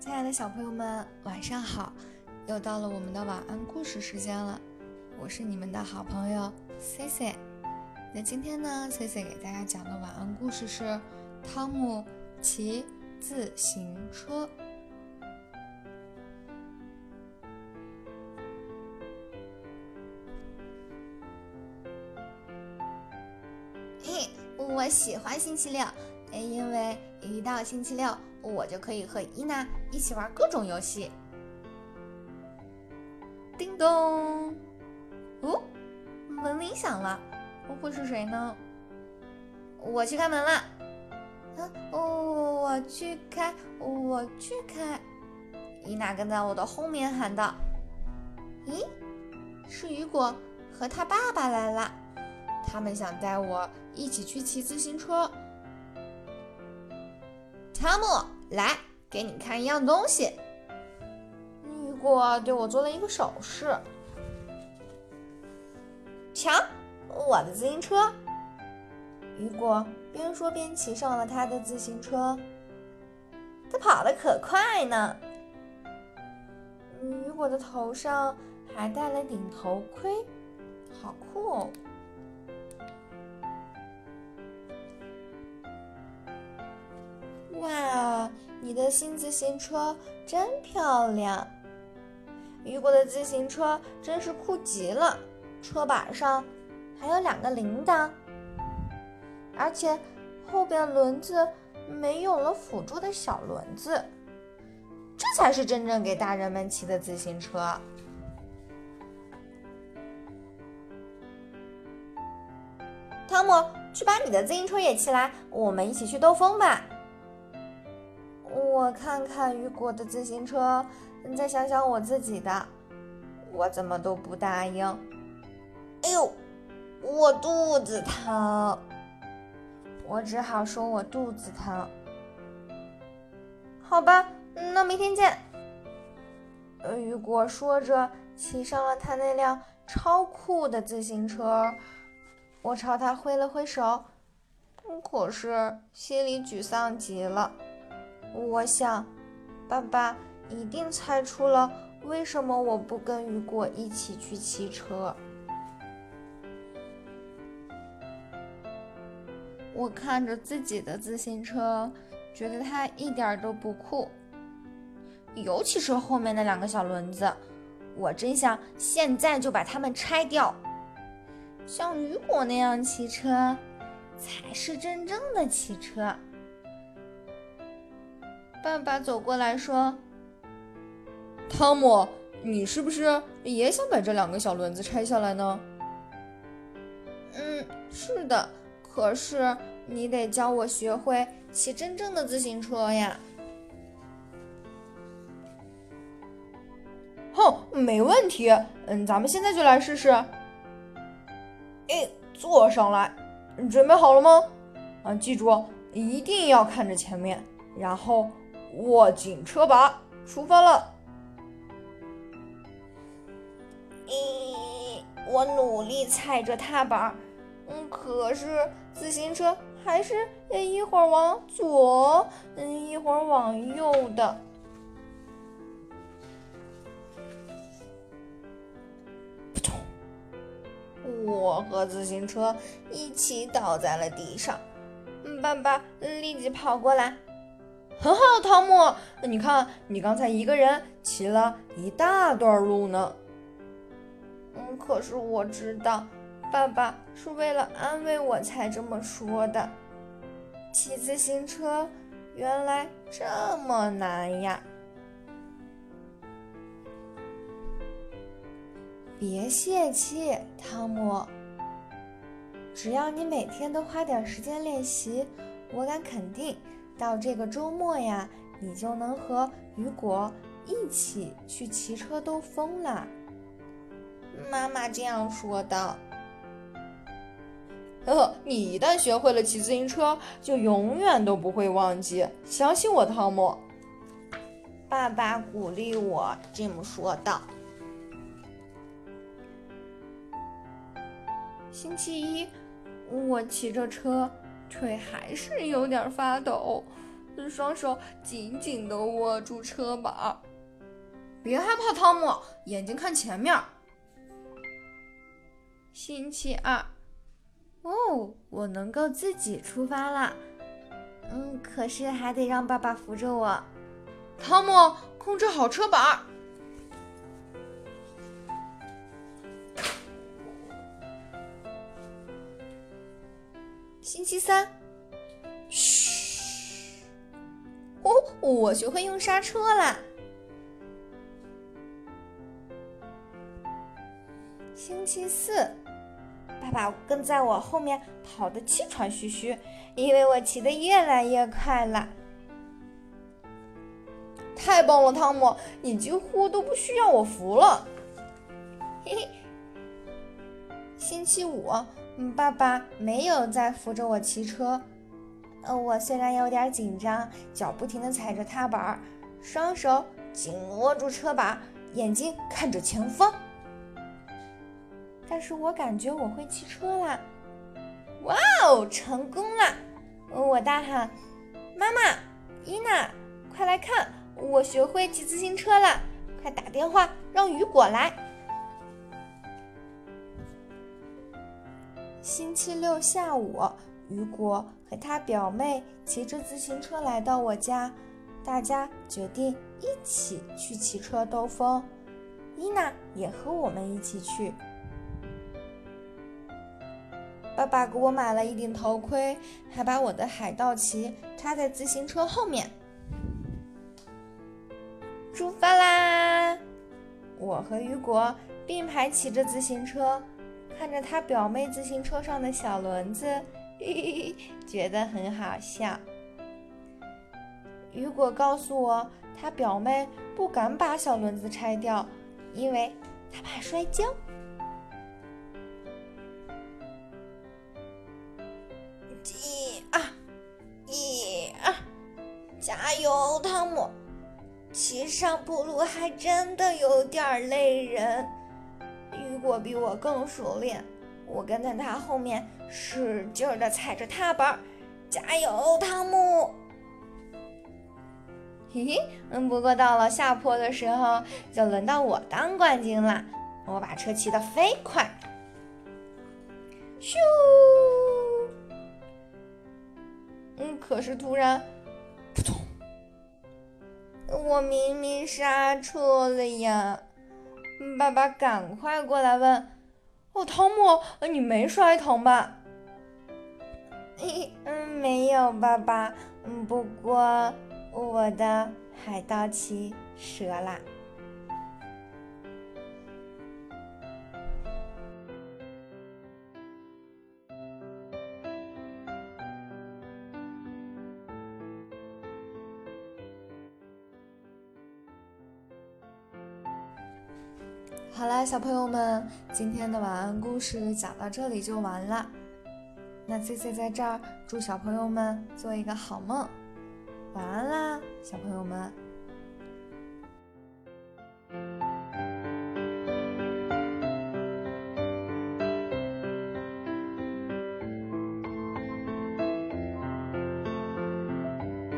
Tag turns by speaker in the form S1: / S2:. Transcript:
S1: 亲爱的小朋友们，晚上好！又到了我们的晚安故事时间了，我是你们的好朋友 Cici。那今天呢，Cici给大家讲的晚安故事是汤姆骑自行车。我喜欢星期六，因为一到星期六，我就可以和伊娜一起玩各种游戏。叮咚！哦，门铃响了，会是谁呢？我去开门了。我去开。伊娜跟在我的后面喊道：“咦，是雨果和他爸爸来了，他们想带我一起去骑自行车。”汤姆，来，给你看一样东西。雨果对我做了一个手势。瞧，我的自行车。雨果边说边骑上了他的自行车，他跑得可快呢。雨果的头上还戴了顶头盔，好酷哦。哇，你的新自行车真漂亮！雨果的自行车真是酷极了，车把上还有2个铃铛，而且后边轮子没有了辅助的小轮子，这才是真正给大人们骑的自行车。汤姆，去把你的自行车也骑来，我们一起去兜风吧。我看看雨果的自行车，再想想我自己的，我怎么都不答应。哎呦，我肚子疼，我只好说我肚子疼。好吧，那明天见。雨果说着，骑上了他那辆超酷的自行车。我朝他挥了挥手，可是心里沮丧极了。我想，爸爸一定猜出了为什么我不跟雨果一起去骑车。我看着自己的自行车，觉得它一点都不酷，尤其是后面那2个小轮子，我真想现在就把它们拆掉。像雨果那样骑车，才是真正的骑车。爸爸走过来说：“
S2: 汤姆，你是不是也想把这2个小轮子拆下来呢？”
S1: 是的，可是你得教我学会骑真正的自行车呀。
S2: 没问题，咱们现在就来试试。坐上来，准备好了吗？记住，一定要看着前面，然后握紧车把，出发了。
S1: 我努力踩着踏板，可是自行车还是一会儿往左，一会儿往右的。扑通！我和自行车一起倒在了地上。爸爸立即跑过来。
S2: 很好，汤姆，你看，你刚才一个人骑了一大段路呢。
S1: 可是我知道，爸爸是为了安慰我才这么说的。骑自行车原来这么难呀！别泄气，汤姆。只要你每天都花点时间练习，我敢肯定，到这个周末呀，你就能和雨果一起去骑车兜风啦。妈妈这样说的。
S2: 你一旦学会了骑自行车，就永远都不会忘记，相信我，汤姆。
S1: 爸爸鼓励我这么说道。星期一，我骑着车，腿还是有点发抖， 双手紧紧地握住车把。
S2: 别害怕，汤姆，眼睛看前面。
S1: 星期二，哦，我能够自己出发了。可是还得让爸爸扶着我。
S2: 汤姆，控制好车把。
S1: 星期三，嘘，我学会用刹车了。星期四，爸爸跟在我后面跑得气喘吁吁，因为我骑得越来越快了。
S2: 太棒了，汤姆，你几乎都不需要我扶了。
S1: 嘿嘿。星期五，爸爸没有再扶着我骑车。我虽然有点紧张，脚不停地踩着踏板，双手紧握住车把，眼睛看着前方。但是我感觉我会骑车啦！哇哦，成功了！我大喊：“妈妈，伊娜，快来看，我学会骑自行车了！快打电话让雨果来。”星期六下午，雨果和他表妹骑着自行车来到我家，大家决定一起去骑车兜风。伊娜也和我们一起去。爸爸给我买了一顶头盔，还把我的海盗旗插在自行车后面。出发啦！我和雨果并排骑着自行车，看着他表妹自行车上的小轮子，觉得很好笑。雨果告诉我，他表妹不敢把小轮子拆掉，因为他怕摔跤。加油，汤姆！骑上坡路还真的有点累人。雨果比我更熟练，我跟在他后面使劲地踩着踏板。加油，汤姆！嘿嘿，不过到了下坡的时候，就轮到我当冠军了。我把车骑得飞快，咻！可是突然，扑通！我明明刹车了呀！爸爸赶快过来问：“
S2: 汤姆，你没摔疼吧？”
S1: 没有，爸爸。不过我的海盗旗折了。好啦，小朋友们，今天的晚安故事讲到这里就完了。那 CC 在这儿祝小朋友们做一个好梦，晚安啦，小朋友们。